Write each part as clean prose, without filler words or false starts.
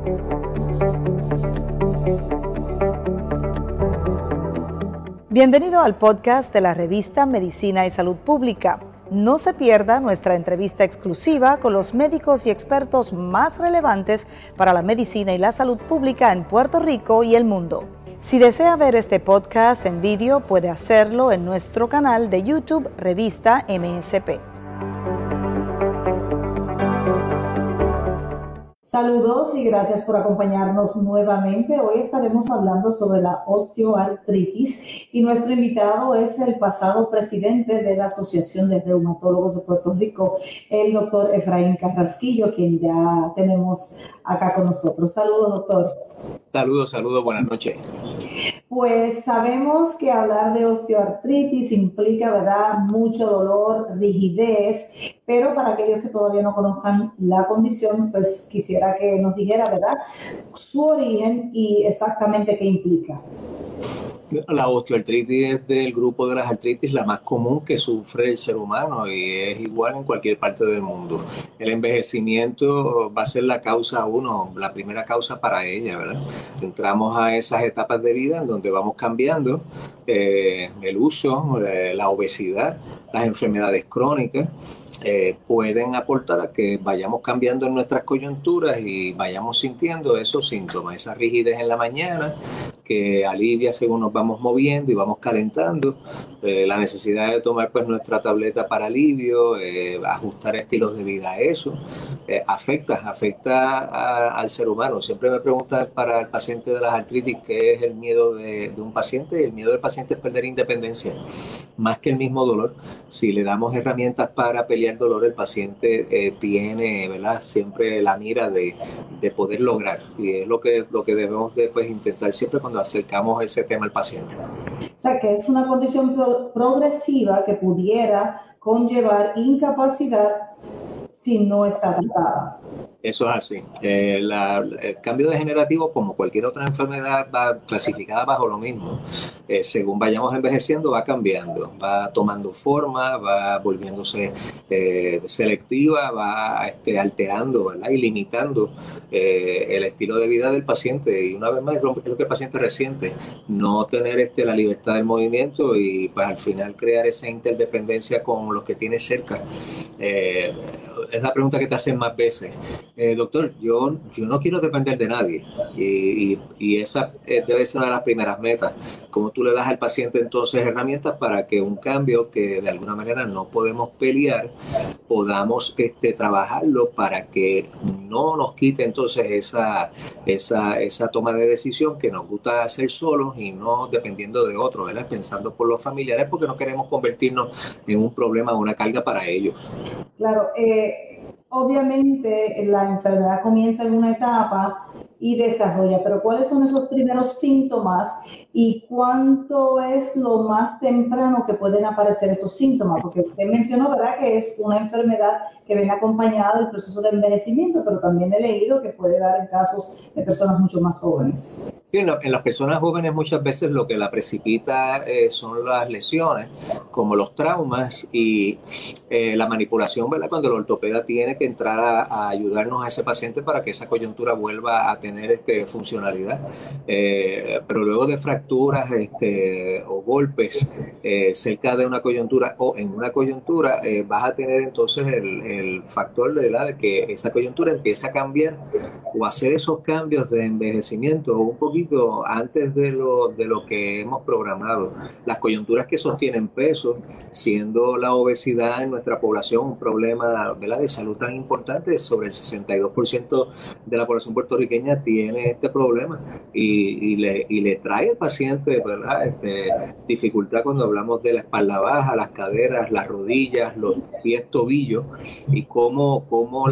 Bienvenido al podcast de la revista Medicina y Salud Pública. No se pierda nuestra entrevista exclusiva con los médicos y expertos más relevantes para la medicina y la salud pública en Puerto Rico y el mundo. Si desea ver este podcast en vídeo, puede hacerlo en nuestro canal de YouTube Revista MSP. Saludos y gracias por acompañarnos nuevamente. Hoy estaremos hablando sobre la osteoartritis y nuestro invitado es el pasado presidente de la Asociación de Reumatólogos de Puerto Rico, el doctor Efraín Carrasquillo, quien ya tenemos acá con nosotros. Saludos, doctor. Saludos, buenas noches. Pues sabemos que hablar de osteoartritis implica, ¿verdad?, mucho dolor, rigidez, pero para aquellos que todavía no conozcan la condición, pues quisiera que nos dijera, ¿verdad?, su origen y exactamente qué implica. La osteoartritis es del grupo de las artritis la más común que sufre el ser humano y es igual en cualquier parte del mundo. El envejecimiento va a ser la causa la primera causa para ella, ¿verdad? Entramos a esas etapas de vida en donde vamos cambiando el uso, la obesidad, las enfermedades crónicas pueden aportar a que vayamos cambiando en nuestras coyunturas y vayamos sintiendo esos síntomas, esa rigidez en la mañana que alivia según nos vamos moviendo y vamos calentando, la necesidad de tomar pues nuestra tableta para alivio, ajustar estilos de vida a eso, afecta al ser humano. Siempre me preguntan para el paciente de las artritis qué es el miedo de un paciente, y el miedo del paciente es perder independencia, más que el mismo dolor. Si le damos herramientas para pelear dolor, el paciente tiene, ¿verdad?, siempre la mira de poder lograr, y es lo que debemos de, pues, intentar siempre cuando acercamos ese tema al paciente. O sea, que es una condición progresiva que pudiera conllevar incapacidad si no está tratada. Eso es así. El cambio degenerativo, como cualquier otra enfermedad, va clasificada bajo lo mismo. Según vayamos envejeciendo, va cambiando, va tomando forma, va volviéndose selectiva, va alterando, ¿verdad?, y limitando el estilo de vida del paciente. Y una vez más, es lo que el paciente resiente, no tener la libertad del movimiento y pues al final crear esa interdependencia con los que tiene cerca. Es la pregunta que te hacen más veces. Doctor, yo no quiero depender de nadie y esa debe ser una de las primeras metas. ¿Cómo tú le das al paciente entonces herramientas para que un cambio que de alguna manera no podemos pelear, podamos trabajarlo para que no nos quite entonces esa toma de decisión que nos gusta hacer solos y no dependiendo de otros, ¿verdad?, pensando por los familiares, porque no queremos convertirnos en un problema o una carga para ellos? Claro, obviamente la enfermedad comienza en una etapa y desarrolla, pero ¿cuáles son esos primeros síntomas y cuánto es lo más temprano que pueden aparecer esos síntomas? Porque usted mencionó, ¿verdad?, que es una enfermedad que viene acompañada del proceso de envejecimiento, pero también he leído que puede dar en casos de personas mucho más jóvenes. Sí, en las personas jóvenes muchas veces lo que la precipita son las lesiones, como los traumas y la manipulación, ¿verdad?, cuando el ortopeda tiene que entrar a ayudarnos a ese paciente para que esa coyuntura vuelva a tener funcionalidad. Pero luego de fracturas o golpes cerca de una coyuntura o en una coyuntura, vas a tener entonces el factor de que esa coyuntura empieza a cambiar o hacer esos cambios de envejecimiento un poquito antes de lo que hemos programado. Las coyunturas que sostienen peso, siendo la obesidad en nuestra población un problema, ¿verdad?, de salud tan importante, sobre el 62% de la población puertorriqueña tiene este problema y le trae al paciente, ¿verdad?, dificultad cuando hablamos de la espalda baja, las caderas, las rodillas, los pies, tobillos, y cómo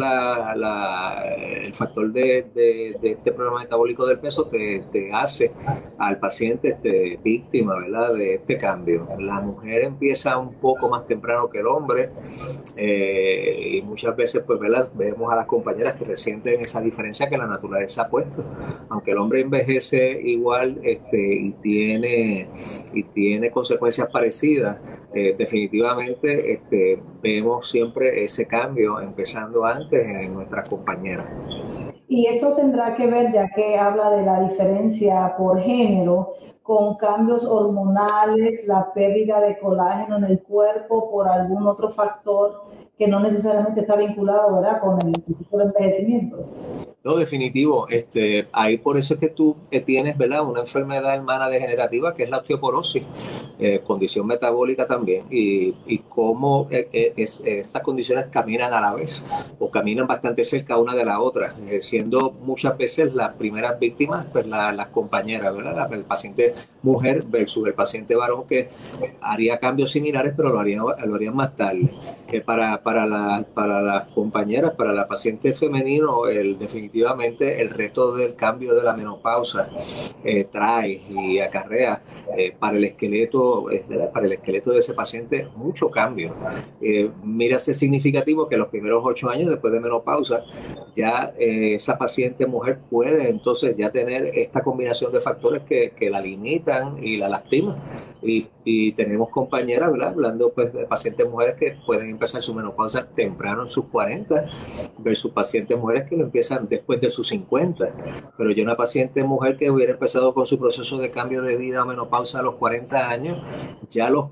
el factor de este problema metabólico del peso te hace al paciente víctima, ¿verdad?, de este cambio. La mujer empieza un poco más temprano que el hombre y muchas veces, pues, ¿verdad?, vemos a las compañeras que resienten esa diferencia que la naturaleza ha puesto. Aunque el hombre envejece igual y tiene consecuencias parecidas, definitivamente vemos siempre ese cambio empezando antes en nuestras compañeras. Y eso tendrá que ver, ya que habla de la diferencia por género, con cambios hormonales, la pérdida de colágeno en el cuerpo por algún otro factor que no necesariamente está vinculado, ¿verdad?, con el tipo de envejecimiento. No, definitivo. Ahí por eso es que tú tienes, ¿verdad?, una enfermedad hermana degenerativa que es la osteoporosis, condición metabólica también, y cómo estas condiciones caminan a la vez, o caminan bastante cerca una de la otra, siendo muchas veces las primeras víctimas, pues las compañeras, ¿verdad?, el paciente mujer versus el paciente varón, que haría cambios similares, pero lo harían más tarde. Para las compañeras, para la paciente femenino, definitivamente el reto del cambio de la menopausa trae y acarrea para el esqueleto de ese paciente mucho cambio. Mira, es significativo que los primeros 8 años después de menopausa ya esa paciente mujer puede entonces ya tener esta combinación de factores que la limitan y la lastiman. Y tenemos compañeras, ¿verdad?, hablando pues de pacientes mujeres que pueden empezar su menopausa temprano en sus 40 versus pacientes mujeres que lo empiezan después de sus 50. Pero yo, una paciente mujer que hubiera empezado con su proceso de cambio de vida o menopausa a los 40 años, ya a los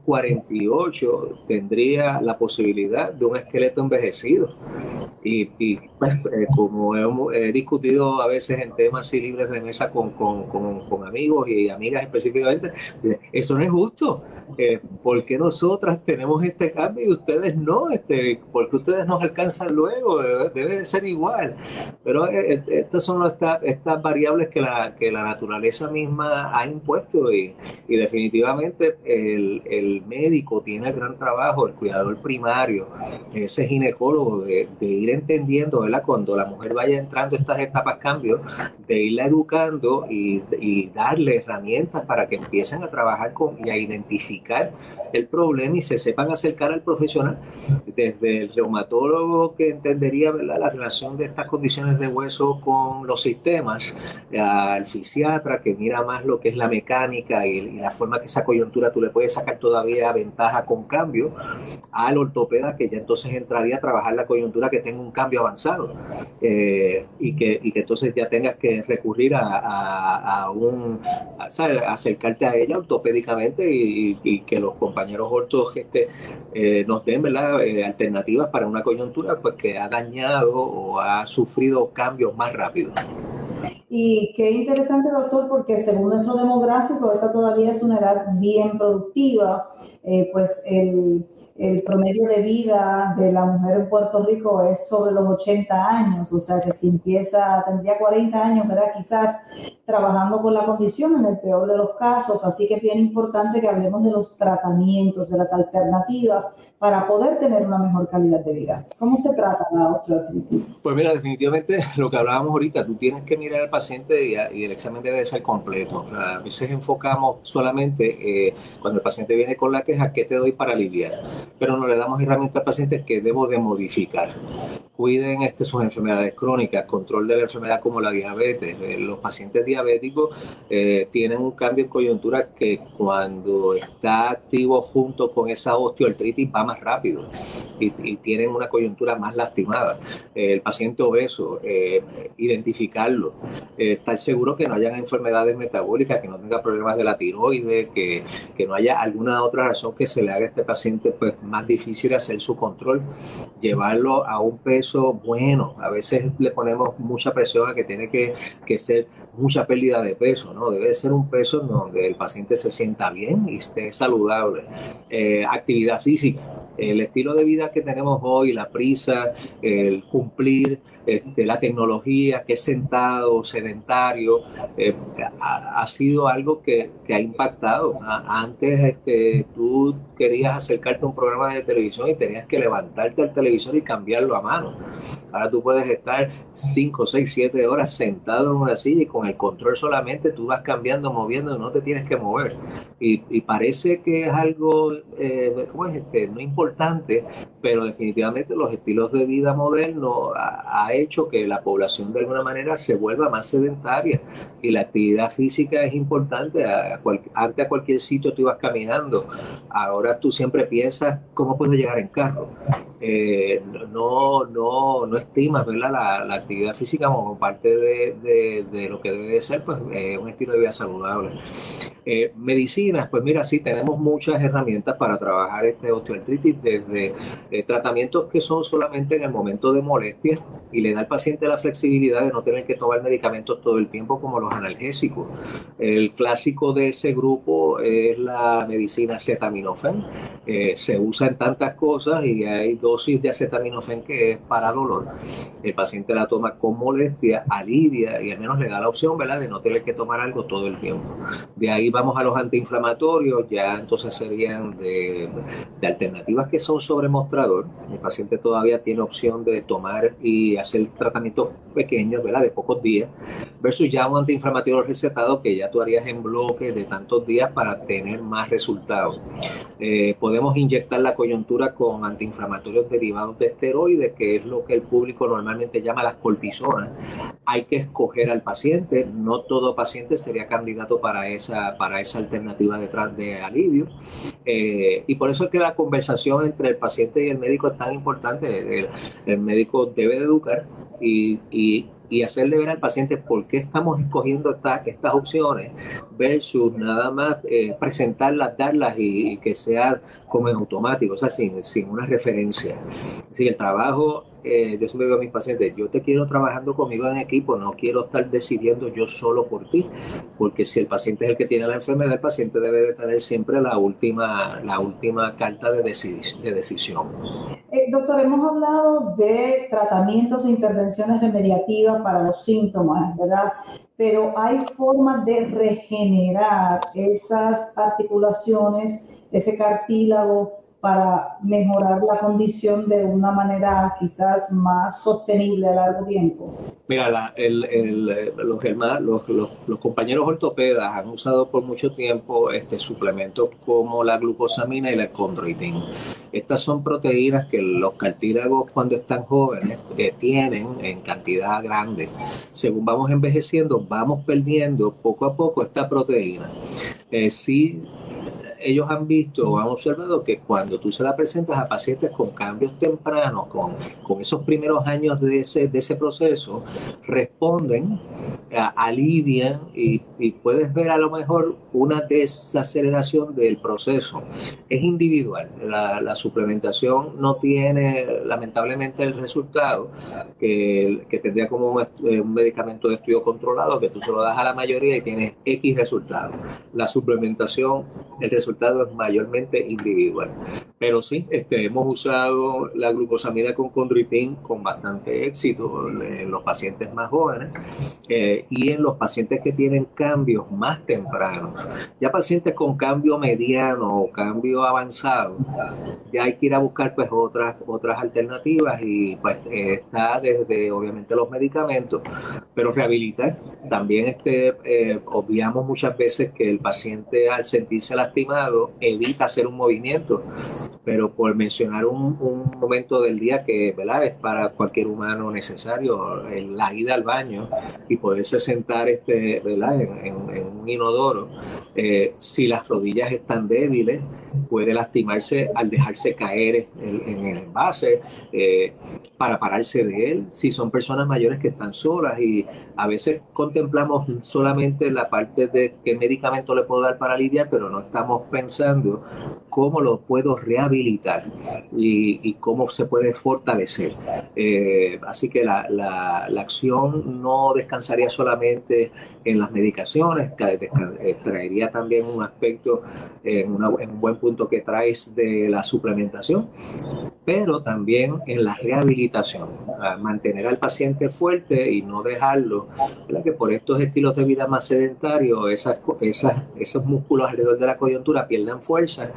48 tendría la posibilidad de un esqueleto envejecido. Y pues, como he discutido a veces en temas y libres de mesa con amigos y amigas específicamente, eso no es justo. ¿Por qué nosotras tenemos este cambio y ustedes no? ¿Por qué ustedes nos alcanzan luego? Debe de ser igual. Pero estas son estas variables que la naturaleza misma ha impuesto, y definitivamente el médico tiene el gran trabajo, el cuidador primario, ese ginecólogo, de ir entendiendo, ¿verdad?, cuando la mujer vaya entrando estas etapas cambios, de irla educando y darle herramientas para que empiecen a trabajar y a identificar el problema y se sepan acercar al profesional, desde el reumatólogo, que entendería, ¿verdad?, la relación de estas condiciones de hueso con los sistemas, al fisiatra, que mira más lo que es la mecánica y la forma que esa coyuntura tú le puedes sacar todavía ventaja con cambio, al ortopeda, que ya entonces entraría a trabajar la coyuntura que tenga un cambio avanzado, y que entonces ya tengas que recurrir acercarte a ella ortopédicamente, y que los compañeros ortos nos den, ¿verdad?, alternativas para una coyuntura pues que ha dañado o ha sufrido cambios más rápidos. Y qué interesante, doctor, porque según nuestro demográfico, esa todavía es una edad bien productiva, pues el promedio de vida de la mujer en Puerto Rico es sobre los 80 años, o sea que si tendría 40 años, ¿verdad?, quizás trabajando con la condición en el peor de los casos, así que es bien importante que hablemos de los tratamientos, de las alternativas para poder tener una mejor calidad de vida. ¿Cómo se trata la osteoartritis? Pues mira, definitivamente lo que hablábamos ahorita, tú tienes que mirar al paciente y el examen debe ser completo. A veces enfocamos solamente cuando el paciente viene con la queja, ¿qué te doy para aliviar? Pero no le damos herramientas al paciente que debo de modificar. Cuiden sus enfermedades crónicas, control de la enfermedad como la diabetes. Los pacientes diabéticos tienen un cambio en coyuntura que cuando está activo junto con esa osteoartritis va más rápido y tienen una coyuntura más lastimada. El paciente obeso, identificarlo, estar seguro que no hayan enfermedades metabólicas, que no tenga problemas de la tiroides, que no haya alguna otra razón que se le haga a este paciente pues más difícil hacer su control, llevarlo a un peso bueno. A veces le ponemos mucha presión a que tiene que ser mucha pérdida de peso, ¿no? Debe ser un peso donde el paciente se sienta bien y esté saludable. Actividad física. El estilo de vida que tenemos hoy, la prisa, el cumplir, la tecnología, que es sentado, sedentario, ha sido algo que ha impactado. Antes tú querías acercarte a un programa de televisión y tenías que levantarte al televisor y cambiarlo a mano. Ahora tú puedes estar 5, 6, 7 horas sentado en una silla y con el control solamente tú vas cambiando, moviendo, no te tienes que mover. Y parece que es algo no importante, pero definitivamente los estilos de vida modernos ha hecho que la población de alguna manera se vuelva más sedentaria, y la actividad física es importante. Antes a cualquier sitio tú ibas caminando, ahora tú siempre piensas cómo puedo llegar en carro. no estimas, ¿verdad?, la actividad física como parte de lo que debe de ser, pues, un estilo de vida saludable. Medicinas, pues mira, sí, tenemos muchas herramientas para trabajar osteoartritis, desde tratamientos que son solamente en el momento de molestia y le da al paciente la flexibilidad de no tener que tomar medicamentos todo el tiempo, como los analgésicos. El clásico de ese grupo es la medicina acetaminofén. Se usa en tantas cosas y hay dosis de acetaminofén que es para dolor. El paciente la toma con molestia, alivia y al menos le da la opción, ¿verdad?, de no tener que tomar algo todo el tiempo. De ahí vamos a los antiinflamatorios, ya entonces serían de alternativas que son sobre mostrador. El paciente todavía tiene opción de tomar y hacer tratamientos pequeños, ¿verdad?, de pocos días, versus ya un antiinflamatorio recetado que ya tú harías en bloque de tantos días para tener más resultados. Podemos inyectar la coyuntura con antiinflamatorios derivados de esteroides, que es lo que el público normalmente llama las cortisonas. Hay que escoger al paciente, no todo paciente sería candidato para esa alternativa de alivio. Y por eso es que la conversación entre el paciente y el médico es tan importante. El médico debe de educar y hacerle ver al paciente por qué estamos escogiendo estas opciones versus nada más presentarlas, darlas y que sea como en automático, o sea, sin una referencia. Así que el trabajo, yo siempre digo a mis pacientes, yo te quiero trabajando conmigo en equipo, no quiero estar decidiendo yo solo por ti, porque si el paciente es el que tiene la enfermedad, el paciente debe de tener siempre la última carta de decisión. Doctor, hemos hablado de tratamientos e intervenciones remediativas para los síntomas, ¿verdad? Pero hay formas de regenerar esas articulaciones, ese cartílago, para mejorar la condición de una manera quizás más sostenible a largo tiempo. Mira, los compañeros ortopedas han usado por mucho tiempo suplementos como la glucosamina y la chondroitin. Estas son proteínas que los cartílagos cuando están jóvenes tienen en cantidad grande. Según vamos envejeciendo, vamos perdiendo poco a poco esta proteína. Sí, ellos han visto o han observado que cuando tú se la presentas a pacientes con cambios tempranos, con esos primeros años de ese proceso, responden, alivian y puedes ver a lo mejor una desaceleración del proceso. Es individual. La suplementación no tiene lamentablemente el resultado que tendría como un medicamento de estudio controlado, que tú se lo das a la mayoría y tienes X resultados. La suplementación, el resultado es mayormente individual. Pero sí, hemos usado la glucosamina con chondroitin con bastante éxito en los pacientes más jóvenes y en los pacientes que tienen cambios más tempranos. Ya pacientes con cambio mediano o cambio avanzado, ya hay que ir a buscar pues otras alternativas y pues está desde obviamente los medicamentos, pero rehabilitar. También obviamos muchas veces que el paciente al sentirse lastimado evita hacer un movimiento, pero por mencionar un momento del día que, ¿verdad?, es para cualquier humano necesario, la ida al baño y poderse sentar, ¿verdad?, en un inodoro. Si las rodillas están débiles, puede lastimarse al dejarse caer en el envase, para pararse de él. Si son personas mayores que están solas, y a veces contemplamos solamente la parte de qué medicamento le puedo dar para aliviar, pero no estamos pensando cómo lo puedo rehabilitar y cómo se puede fortalecer. Así que la acción no descansaría solamente en las medicaciones, traería también un aspecto, en un buen punto que traes de la suplementación, pero también en la rehabilitación, mantener al paciente fuerte y no dejarlo, ¿verdad?, que por estos estilos de vida más sedentarios esos músculos alrededor de la coyuntura pierdan fuerza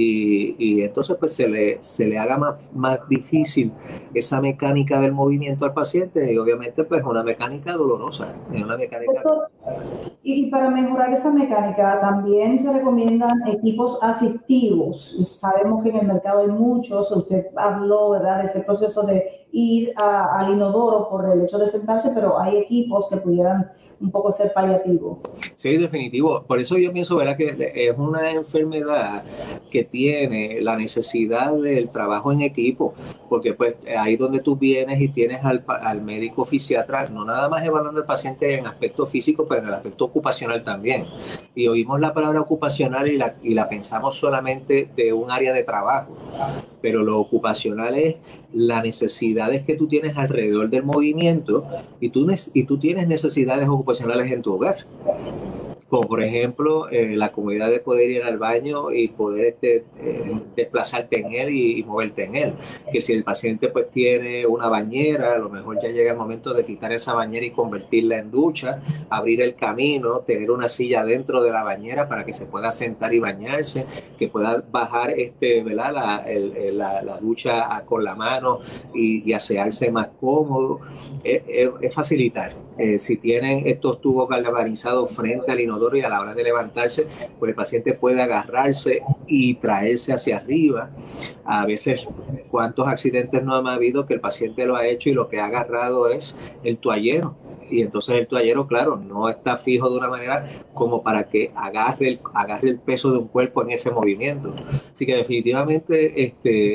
y entonces pues se le haga más difícil esa mecánica del movimiento al paciente, y obviamente pues una mecánica dolorosa, una mecánica. Doctor, y para mejorar esa mecánica también se recomiendan equipos asistivos. Sabemos que en el mercado hay muchos. Usted habló, ¿verdad?, de ese proceso de ir al inodoro por el hecho de sentarse, pero hay equipos que pudieran un poco ser paliativos. Sí, definitivo. Por eso yo pienso, ¿verdad?, que es una enfermedad que tiene la necesidad del trabajo en equipo, porque pues ahí donde tú vienes y tienes al médico fisiatra, no nada más evaluando al paciente en aspecto físico, pero en el aspecto ocupacional también. Y oímos la palabra ocupacional y la pensamos solamente de un área de trabajo, pero lo ocupacional es las necesidades que tú tienes alrededor del movimiento y tú tienes necesidades ocupacionales en tu hogar. Como por ejemplo la comodidad de poder ir al baño y poder desplazarte en él y moverte en él. Que si el paciente pues tiene una bañera, a lo mejor ya llega el momento de quitar esa bañera y convertirla en ducha, abrir el camino, tener una silla dentro de la bañera para que se pueda sentar y bañarse, que pueda bajar ¿verdad?, la ducha con la mano y asearse más cómodo. Es facilitar. Si tienen estos tubos galvanizados frente al inodoro y a la hora de levantarse, pues el paciente puede agarrarse y traerse hacia arriba. A veces, ¿cuántos accidentes no han habido que el paciente lo ha hecho y lo que ha agarrado es el toallero? Y entonces el toallero, claro, no está fijo de una manera como para que agarre el peso de un cuerpo en ese movimiento. Así que definitivamente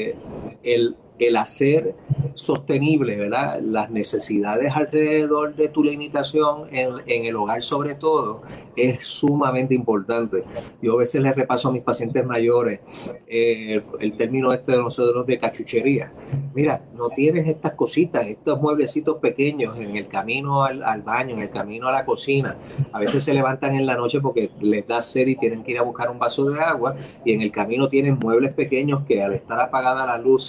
el hacer sostenible, ¿verdad?, las necesidades alrededor de tu limitación en el hogar sobre todo es sumamente importante. Yo a veces les repaso a mis pacientes mayores el término de nosotros de cachuchería. Mira, no tienes estas cositas, estos mueblecitos pequeños en el camino al baño, en el camino a la cocina. A veces se levantan en la noche porque les da sed y tienen que ir a buscar un vaso de agua y en el camino tienen muebles pequeños que al estar apagada la luz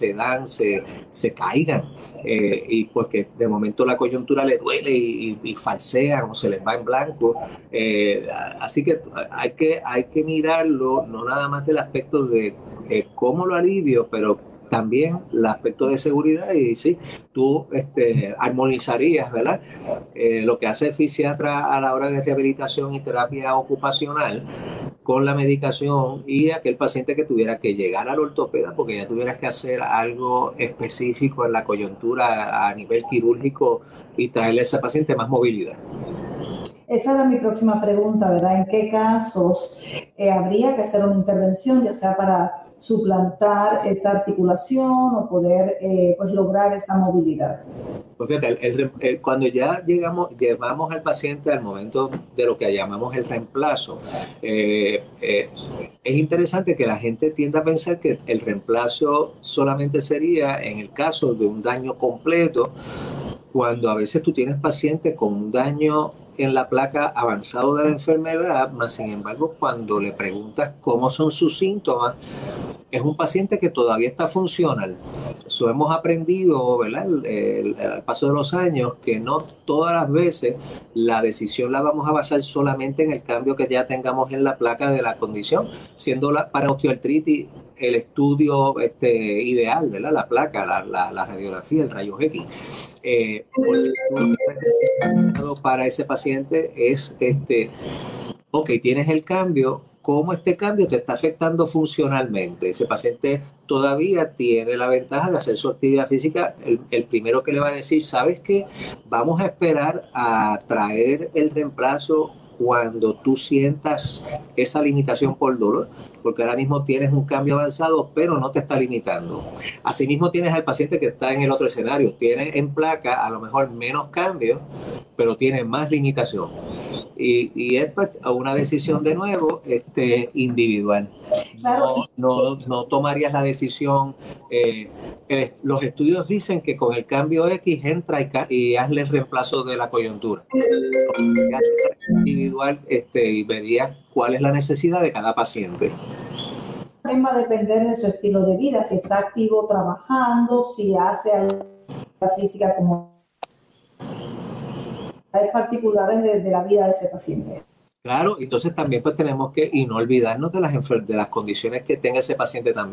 se caigan y pues que de momento la coyuntura les duele y falsean o se les va en blanco. Así que hay que mirarlo no nada más del aspecto de cómo lo alivio, pero también el aspecto de seguridad. Y sí, tú armonizarías, ¿verdad?, lo que hace el fisiatra a la hora de rehabilitación y terapia ocupacional con la medicación y aquel paciente que tuviera que llegar al ortopeda porque ya tuvieras que hacer algo específico en la coyuntura a nivel quirúrgico y traerle a ese paciente más movilidad. Esa era mi próxima pregunta, ¿verdad? ¿En qué casos habría que hacer una intervención, ya sea para suplantar esa articulación o poder pues lograr esa movilidad? Pues fíjate, cuando ya llevamos al paciente al momento de lo que llamamos el reemplazo, es interesante que la gente tienda a pensar que el reemplazo solamente sería en el caso de un daño completo, cuando a veces tú tienes pacientes con un daño en la placa avanzado de la enfermedad, más sin embargo, cuando le preguntas cómo son sus síntomas, es un paciente que todavía está funcional. Eso hemos aprendido, ¿verdad?, al paso de los años, que no todas las veces la decisión la vamos a basar solamente en el cambio que ya tengamos en la placa de la condición, siendo para osteoartritis el estudio ideal, ¿verdad?, la placa, la radiografía, el rayos X. Para ese paciente es ok, tienes el cambio, ¿cómo este cambio te está afectando funcionalmente? Ese paciente todavía tiene la ventaja de hacer su actividad física. El primero que le va a decir, ¿sabes qué? Vamos a esperar a traer el reemplazo cuando tú sientas esa limitación por dolor, porque ahora mismo tienes un cambio avanzado, pero no te está limitando. Asimismo tienes al paciente que está en el otro escenario, tiene en placa a lo mejor menos cambios, pero tiene más limitación. Y es pues, una decisión de nuevo individual. Claro. No tomarías la decisión. Los estudios dicen que con el cambio X entra y hazle el reemplazo de la coyuntura. Individual y verías cuál es la necesidad de cada paciente. Va a depender de su estilo de vida, si está activo trabajando, si hace algo física como particulares de la vida de ese paciente. Claro, entonces también pues tenemos que, y no olvidarnos de las condiciones que tenga ese paciente también.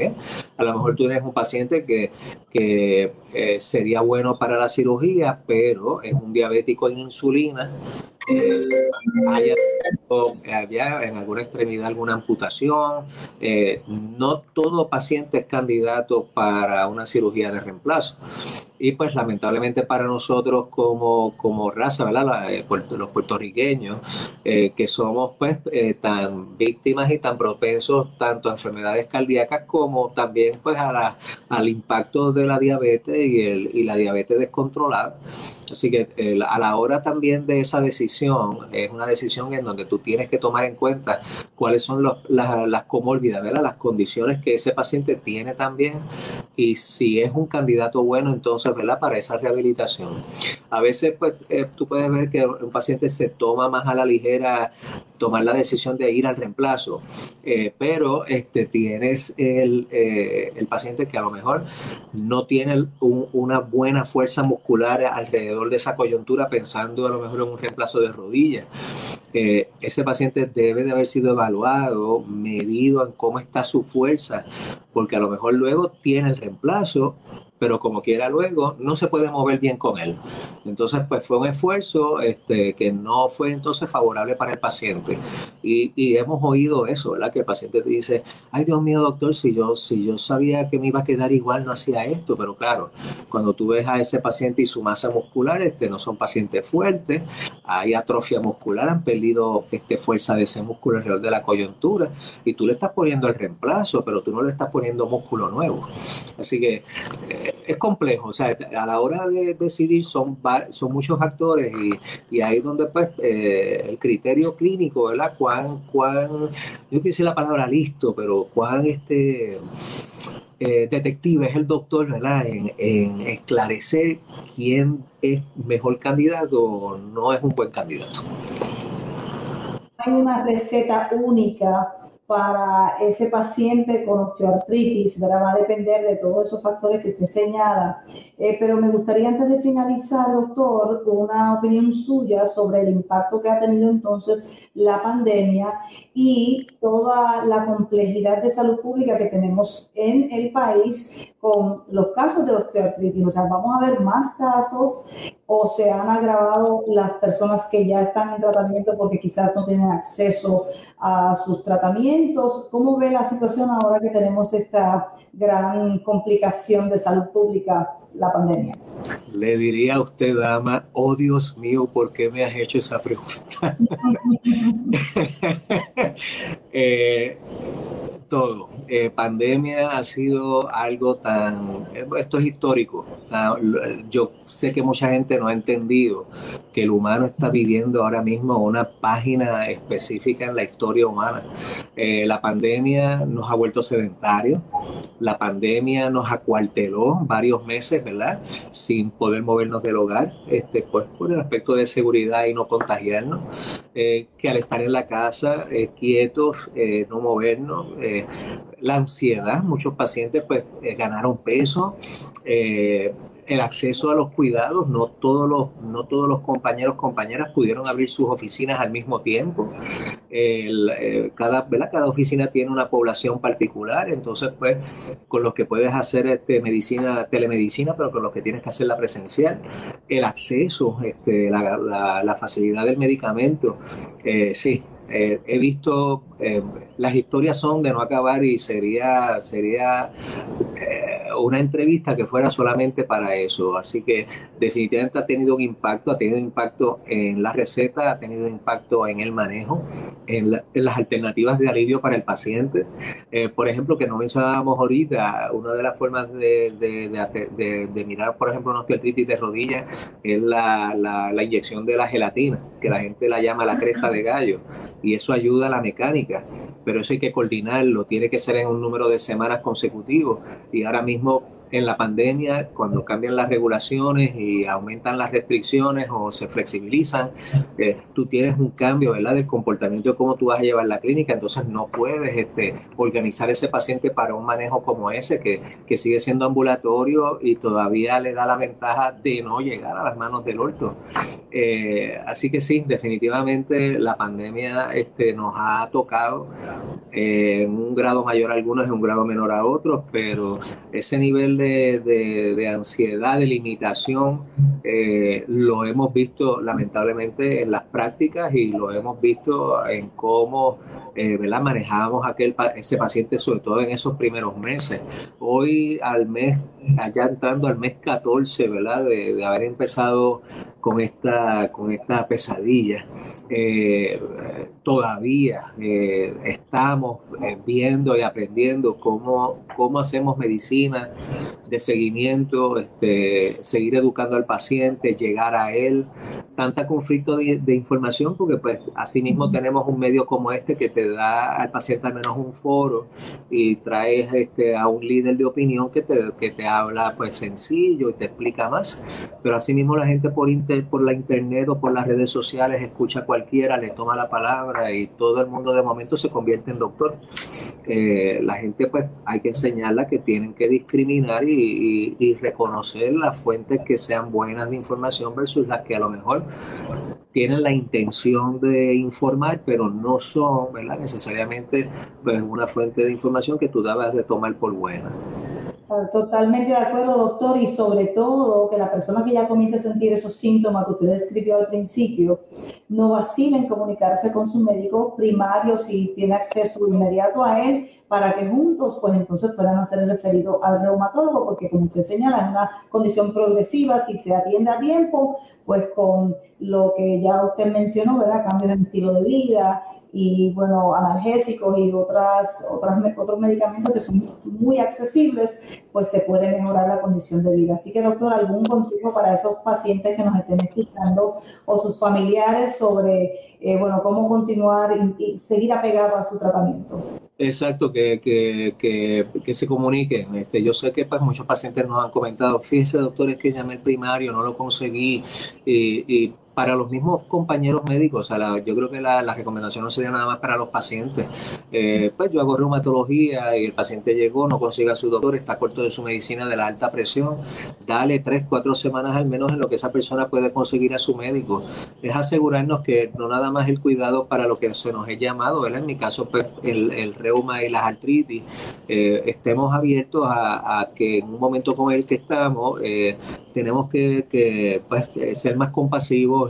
A lo mejor tú tienes un paciente que sería bueno para la cirugía, pero es un diabético en insulina, haya había en alguna extremidad alguna amputación. No todo paciente es candidato para una cirugía de reemplazo. Y pues lamentablemente para nosotros como raza, ¿verdad? Los puertorriqueños, que somos pues tan víctimas y tan propensos tanto a enfermedades cardíacas como también pues al impacto de la diabetes y la diabetes descontrolada. Así que a la hora también de esa decisión, es una decisión en donde tú tienes que tomar en cuenta cuáles son las comórbidas, ¿verdad? Las condiciones que ese paciente tiene también, y si es un candidato bueno, entonces, ¿verdad? Para esa rehabilitación. A veces, pues, tú puedes ver que un paciente se toma más a la ligera tomar la decisión de ir al reemplazo, pero tienes el paciente que a lo mejor no tiene una buena fuerza muscular alrededor de esa coyuntura, pensando a lo mejor en un reemplazo de rodilla. Ese paciente debe de haber sido evaluado, medido en cómo está su fuerza, porque a lo mejor luego tiene el reemplazo, pero como quiera luego no se puede mover bien con él. Entonces, pues fue un esfuerzo que no fue entonces favorable para el paciente. Y hemos oído eso, ¿verdad? Que el paciente te dice, ay Dios mío, doctor, si yo sabía que me iba a quedar igual, no hacía esto. Pero claro, cuando tú ves a ese paciente y su masa muscular, no son pacientes fuertes, hay atrofia muscular, han perdido fuerza de ese músculo alrededor de la coyuntura, y tú le estás poniendo el reemplazo, pero tú no le estás poniendo músculo nuevo. Así que es complejo, o sea, a la hora de decidir son muchos factores, y ahí es donde pues el criterio clínico, ¿verdad? Yo quise la palabra listo, pero cuán detective es el doctor, ¿verdad? En esclarecer quién es mejor candidato o no es un buen candidato. Hay una receta única para ese paciente con osteoartritis, ¿verdad? Va a depender de todos esos factores que usted señala. Pero me gustaría, antes de finalizar, doctor, una opinión suya sobre el impacto que ha tenido entonces la pandemia y toda la complejidad de salud pública que tenemos en el país con los casos de osteoartritis. O sea, vamos a ver más casos, o se han agravado las personas que ya están en tratamiento porque quizás no tienen acceso a sus tratamientos. ¿Cómo ve la situación ahora que tenemos esta gran complicación de salud pública, la pandemia? Le diría a usted, dama, oh Dios mío, ¿por qué me has hecho esa pregunta? Todo. Pandemia ha sido algo esto es histórico. Yo sé que mucha gente no ha entendido que el humano está viviendo ahora mismo una página específica en la historia humana. La pandemia nos ha vuelto sedentarios, la pandemia nos acuarteló varios meses, ¿verdad? Sin poder movernos del hogar, pues por el aspecto de seguridad y no contagiarnos, que al estar en la casa quietos, no movernos, la ansiedad, muchos pacientes pues ganaron peso, el acceso a los cuidados, no todos los compañeras pudieron abrir sus oficinas al mismo tiempo. Cada oficina tiene una población particular, entonces pues con los que puedes hacer telemedicina, pero con los que tienes que hacer la presencial, el acceso, la facilidad del medicamento, sí. He visto, las historias son de no acabar, y sería una entrevista que fuera solamente para eso. Así que definitivamente ha tenido impacto en la receta, ha tenido impacto en el manejo, en las alternativas de alivio para el paciente. Por ejemplo, que no mencionábamos ahorita, una de las formas de mirar, por ejemplo, una osteoartritis de rodilla es la inyección de la gelatina, que la gente la llama la cresta de gallo, y eso ayuda a la mecánica, pero eso hay que coordinarlo, tiene que ser en un número de semanas consecutivos, y ahora mismo en la pandemia, cuando cambian las regulaciones y aumentan las restricciones o se flexibilizan, tú tienes un cambio, ¿verdad?, del comportamiento de cómo tú vas a llevar la clínica, entonces no puedes organizar ese paciente para un manejo como ese, que sigue siendo ambulatorio y todavía le da la ventaja de no llegar a las manos del orto. Así que sí, definitivamente la pandemia nos ha tocado en un grado mayor a algunos, en un grado menor a otros, pero ese nivel de ansiedad, de limitación, lo hemos visto lamentablemente en las prácticas y lo hemos visto en cómo ¿verdad?, manejábamos ese paciente, sobre todo en esos primeros meses. Hoy, al mes, allá entrando al mes 14, ¿verdad?, de haber empezado con esta pesadilla, todavía estamos viendo y aprendiendo cómo hacemos medicina de seguimiento, seguir educando al paciente, llegar a él, tanta conflicto de información, porque pues asimismo tenemos un medio como que te da al paciente al menos un foro y traes a un líder de opinión que te habla pues sencillo y te explica más, pero asimismo la gente por la internet o por las redes sociales escucha a cualquiera, le toma la palabra y todo el mundo de momento se convierte en doctor. La gente pues hay que enseñarla que tienen que discriminar y reconocer las fuentes que sean buenas de información versus las que a lo mejor tienen la intención de informar, pero no son, ¿verdad?, necesariamente pues, una fuente de información que tú debas de tomar por buena. Totalmente de acuerdo, doctor, y sobre todo que la persona que ya comience a sentir esos síntomas que usted describió al principio, no vacile en comunicarse con su médico primario si tiene acceso inmediato a él, para que juntos pues entonces puedan hacer el referido al reumatólogo, porque como usted señala, es una condición progresiva. Si se atiende a tiempo, pues con lo que ya usted mencionó, ¿verdad?, cambios en estilo de vida y bueno, analgésicos y otros medicamentos que son muy accesibles, pues se puede mejorar la condición de vida. Así que, doctor, ¿algún consejo para esos pacientes que nos estén escuchando o sus familiares sobre cómo continuar y seguir apegado a su tratamiento? Exacto, que se comuniquen. Yo sé que pues, muchos pacientes nos han comentado, fíjese, doctor, es que llamé al primario, no lo conseguí, y para los mismos compañeros médicos, o sea, yo creo que la recomendación no sería nada más para los pacientes. Pues yo hago reumatología y el paciente llegó, no consigue a su doctor, está corto de su medicina de la alta presión, dale 3-4 semanas al menos en lo que esa persona puede conseguir a su médico. Es asegurarnos que no nada más el cuidado para lo que se nos es llamado, ¿verdad?, en mi caso pues el reuma y las artritis, estemos abiertos a que en un momento con el que estamos tenemos que pues, ser más compasivos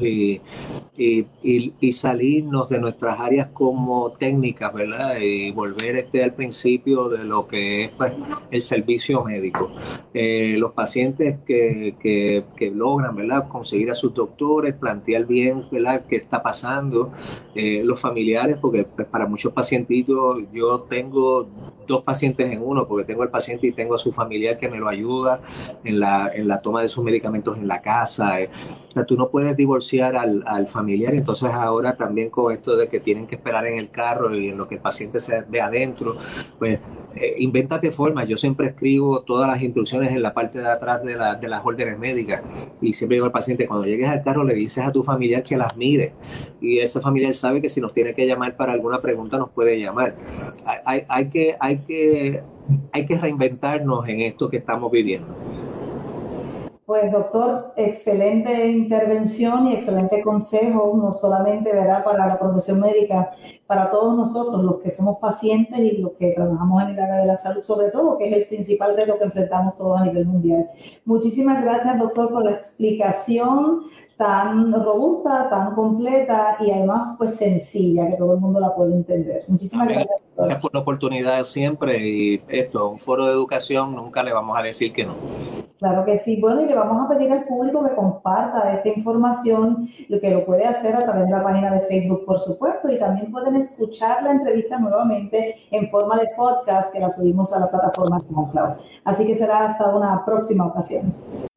y salirnos de nuestras áreas como técnicas, ¿verdad?, y volver al principio de lo que es pues, el servicio médico. Los pacientes que logran, ¿verdad?, conseguir a sus doctores, plantear bien, ¿verdad?, qué está pasando, los familiares, porque pues, para muchos pacientitos yo tengo 2 pacientes en uno, porque tengo el paciente y tengo a su familiar que me lo ayuda en la toma de sus medicamentos en la casa. O sea, tú no puedes divorciar al familiar, entonces ahora también con esto de que tienen que esperar en el carro y en lo que el paciente se ve adentro, pues invéntate formas. Yo siempre escribo todas las instrucciones en la parte de atrás de las órdenes médicas y siempre digo al paciente, cuando llegues al carro le dices a tu familiar que las mire y ese familiar sabe que si nos tiene que llamar para alguna pregunta nos puede llamar. Hay que reinventarnos en esto que estamos viviendo. Pues, doctor, excelente intervención y excelente consejo, no solamente, ¿verdad?, para la profesión médica, para todos nosotros, los que somos pacientes y los que trabajamos en el área de la salud, sobre todo, que es el principal reto que enfrentamos todos a nivel mundial. Muchísimas gracias, doctor, por la explicación tan robusta, tan completa y además pues sencilla, que todo el mundo la puede entender. Muchísimas gracias, doctor. Gracias por la oportunidad siempre y un foro de educación, nunca le vamos a decir que no. Claro que sí. Bueno, y le vamos a pedir al público que comparta esta información, lo que lo puede hacer a través de la página de Facebook, por supuesto, y también pueden escuchar la entrevista nuevamente en forma de podcast que la subimos a la plataforma SoundCloud. Así que será hasta una próxima ocasión.